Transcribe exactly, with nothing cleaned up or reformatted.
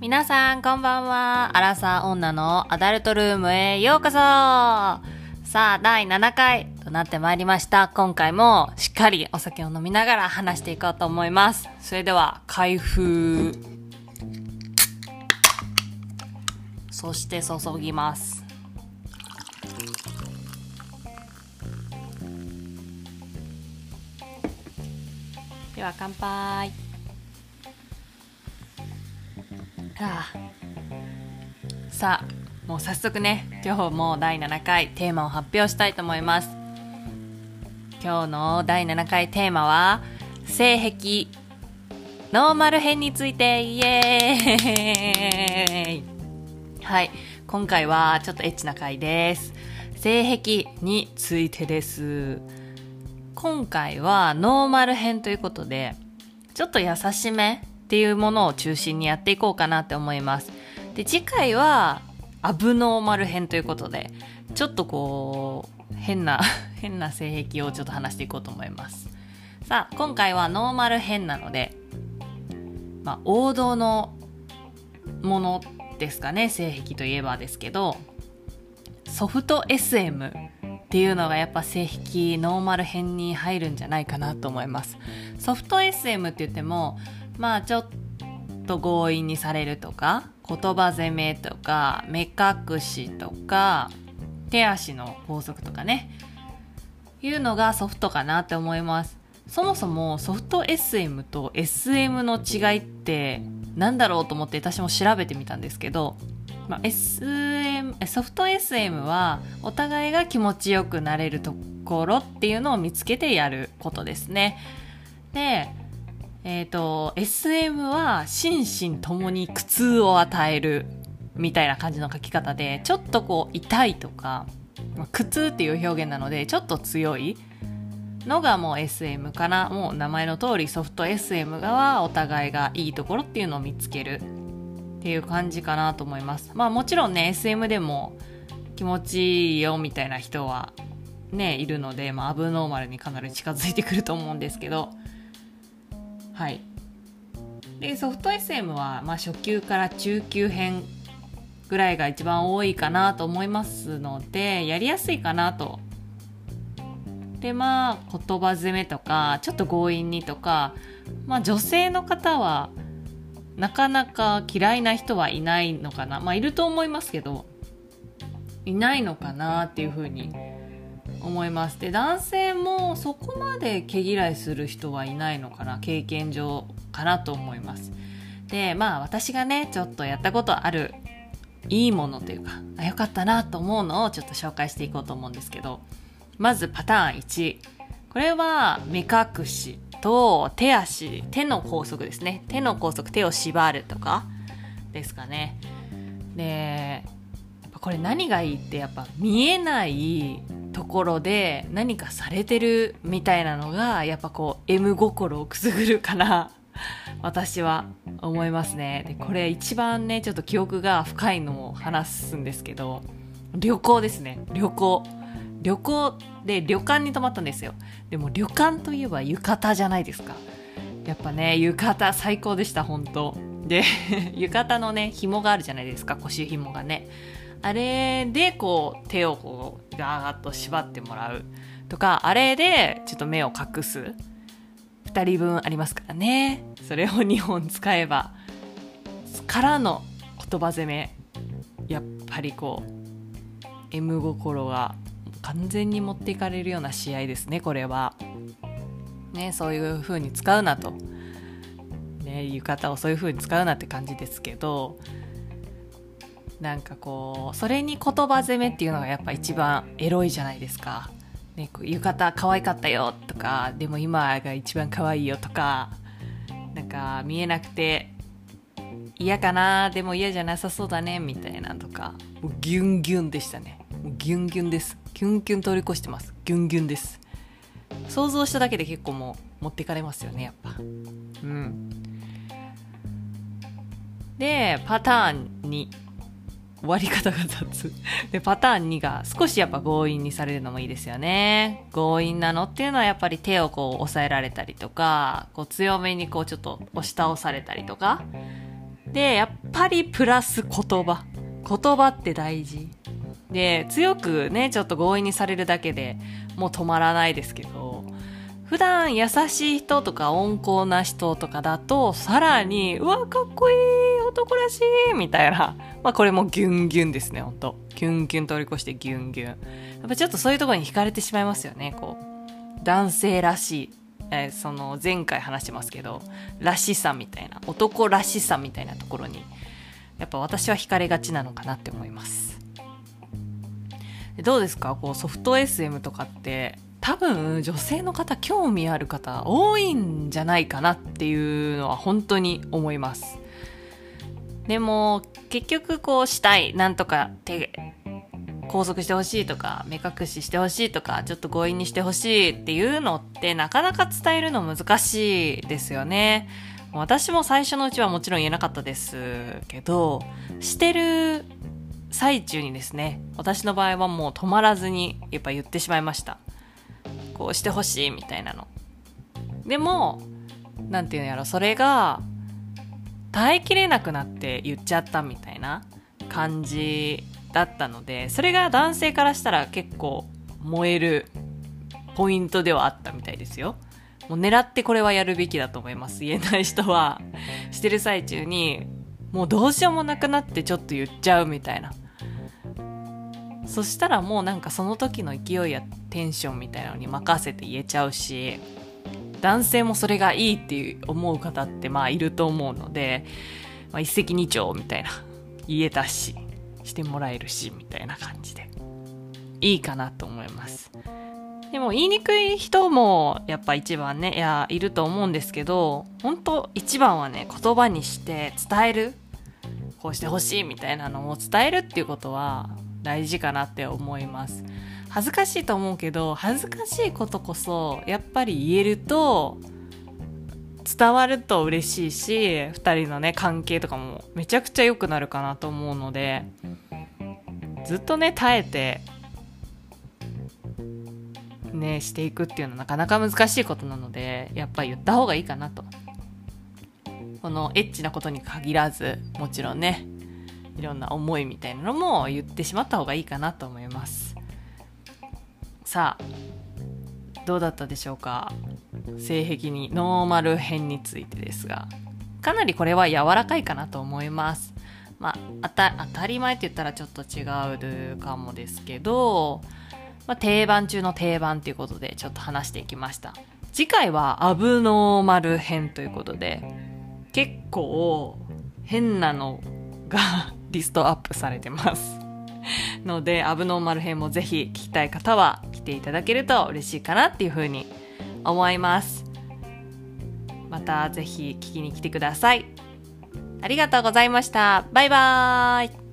皆さんこんばんは。アラサー女のアダルトルームへようこそ。さあだいななかいとなってまいりました。今回もしっかりお酒を飲みながら話していこうと思います。それでは開封、そして注ぎます。では乾杯。ああさあもう早速ね、今日もだいななかいテーマを発表したいと思います。今日のだいななかいテーマは性癖ノーマル編について。イエーイ。はい、今回はちょっとエッチな回です。性癖についてです。今回はノーマル編ということで、ちょっと優しめっていうものを中心にやっていこうかなって思います。で、次回はアブノーマル編ということで、ちょっとこう変な変な性癖をちょっと話していこうと思います。さあ今回はノーマル編なので、まあ王道のものですかね。性癖といえばですけど、ソフト エスエム っていうのがやっぱ性癖ノーマル編に入るんじゃないかなと思います。ソフト エスエム って言っても、まあちょっと強引にされるとか、言葉攻めとか、目隠しとか、手足の拘束とかね、いうのがソフトかなって思います。そもそもソフト エスエム と エスエム の違いってなんだろうと思って私も調べてみたんですけど、まあ、エスエム ソフト エスエム はお互いが気持ちよくなれるところっていうのを見つけてやることですね。で、えーと、エスエム は心身ともに苦痛を与えるみたいな感じの書き方で、ちょっとこう痛いとか、まあ、苦痛っていう表現なのでちょっと強いのがもう エスエム かな。もう名前の通りソフト エスエム がお互いがいいところっていうのを見つけるっていう感じかなと思います。まあもちろんね エスエム でも気持ちいいよみたいな人はねいるので、まあアブノーマルにかなり近づいてくると思うんですけど、はい。でソフト エスエム はまあ初級から中級編ぐらいが一番多いかなと思いますので、やりやすいかなと。でまあ言葉攻めとかちょっと強引にとか、まあ女性の方はなかなか嫌いな人はいないのかな。まあいると思いますけどいないのかなっていうふうに思います。で男性もそこまで毛嫌いする人はいないのかな、経験上かなと思います。でまあ私がねちょっとやったことあるいいものというか、あ、よかったなと思うのをちょっと紹介していこうと思うんですけど、まずパターンいち、これは目隠しと手足、手の拘束ですね。手の拘束、手を縛るとかですかね。でやっぱこれ何がいいって、やっぱ見えないところで何かされてるみたいなのがやっぱこう エム 心をくすぐるかな私は思いますね。でこれ一番ねちょっと記憶が深いのを話すんですけど、旅行ですね。旅行旅行で旅館に泊まったんですよ。でも旅館といえば浴衣じゃないですか。やっぱね浴衣最高でした本当で浴衣のね紐があるじゃないですか、腰紐がね。あれでこう手をこうガーッと縛ってもらうとか、あれでちょっと目を隠すふたりぶんありますからね。それをにほん使えばからの言葉攻め、やっぱりこう エム 心が完全に持っていかれるような試合ですね。これはね、そういう風に使うなとね、浴衣をそういう風に使うなって感じですけど、なんかこうそれに言葉攻めっていうのがやっぱ一番エロいじゃないですか、ね、浴衣可愛かったよとか、でも今が一番可愛いよとか、なんか見えなくて嫌かな、でも嫌じゃなさそうだねみたいなとか、もうギュンギュンでしたね。もうギュンギュンです。ギュンギュン通り越してます。ギュンギュンです。想像しただけで結構もう持っていかれますよねやっぱ。うんでパターンに終わり方が雑でパターンにが少しやっぱ強引にされるのもいいですよね。強引なのっていうのはやっぱり手をこう押さえられたりとか、こう強めにこうちょっと押し倒されたりとかで、やっぱりプラス言葉。言葉って大事。で、強くね、ちょっと強引にされるだけでもう止まらないですけど、普段優しい人とか温厚な人とかだと、さらに、うわ、かっこいい、男らしい、みたいな。まあこれもギュンギュンですね、ほんと。ギュンギュン通り越してギュンギュン。やっぱちょっとそういうところに惹かれてしまいますよね、こう。男性らしい。えー、その前回話してますけど、らしさみたいな、男らしさみたいなところに、やっぱ私は惹かれがちなのかなって思います。でどうですか、こうソフト エスエム とかって多分女性の方興味ある方多いんじゃないかなっていうのは本当に思います。でも結局こうしたい、なんとか手拘束してほしいとか目隠ししてほしいとかちょっと強引にしてほしいっていうのってなかなか伝えるの難しいですよね。私も最初のうちはもちろん言えなかったですけど、してる最中にですね、私の場合はもう止まらずにやっぱ言ってしまいました。こうしてほしいみたいなの。でもなんていうのやろ、それが耐えきれなくなって言っちゃったみたいな感じだったので、それが男性からしたら結構燃えるポイントではあったみたいですよ。もう狙ってこれはやるべきだと思います。言えない人はしてる最中にもうどうしようもなくなってちょっと言っちゃうみたいな。そしたらもうなんかその時の勢いやテンションみたいなのに任せて言えちゃうし、男性もそれがいいって思う方ってまあいると思うので、まあ、一石二鳥みたいな、言えたししてもらえるしみたいな感じでいいかなと思います。でも言いにくい人もやっぱ一番ね、いやいると思うんですけど、本当一番はね、言葉にして伝える、こうしてほしいみたいなのを伝えるっていうことは大事かなって思います。恥ずかしいと思うけど、恥ずかしいことこそやっぱり言えると伝わると嬉しいし、二人のね関係とかもめちゃくちゃ良くなるかなと思うので、ずっとね耐えてねしていくっていうのはなかなか難しいことなので、やっぱり言った方がいいかなと。このエッチなことに限らず、もちろんねいろんな思いみたいなのも言ってしまった方がいいかなと思います。さあどうだったでしょうか。性癖にノーマル編についてですが、かなりこれは柔らかいかなと思います。まああた当たり前って言ったらちょっと違うかもですけど、まあ、定番中の定番ということでちょっと話していきました。次回はアブノーマル編ということで、結構変なのがリストアップされてますので、アブノーマル編もぜひ聞きたい方は来ていただけると嬉しいかなっていうふうに思います。またぜひ聞きに来てください。ありがとうございました。バイバーイ。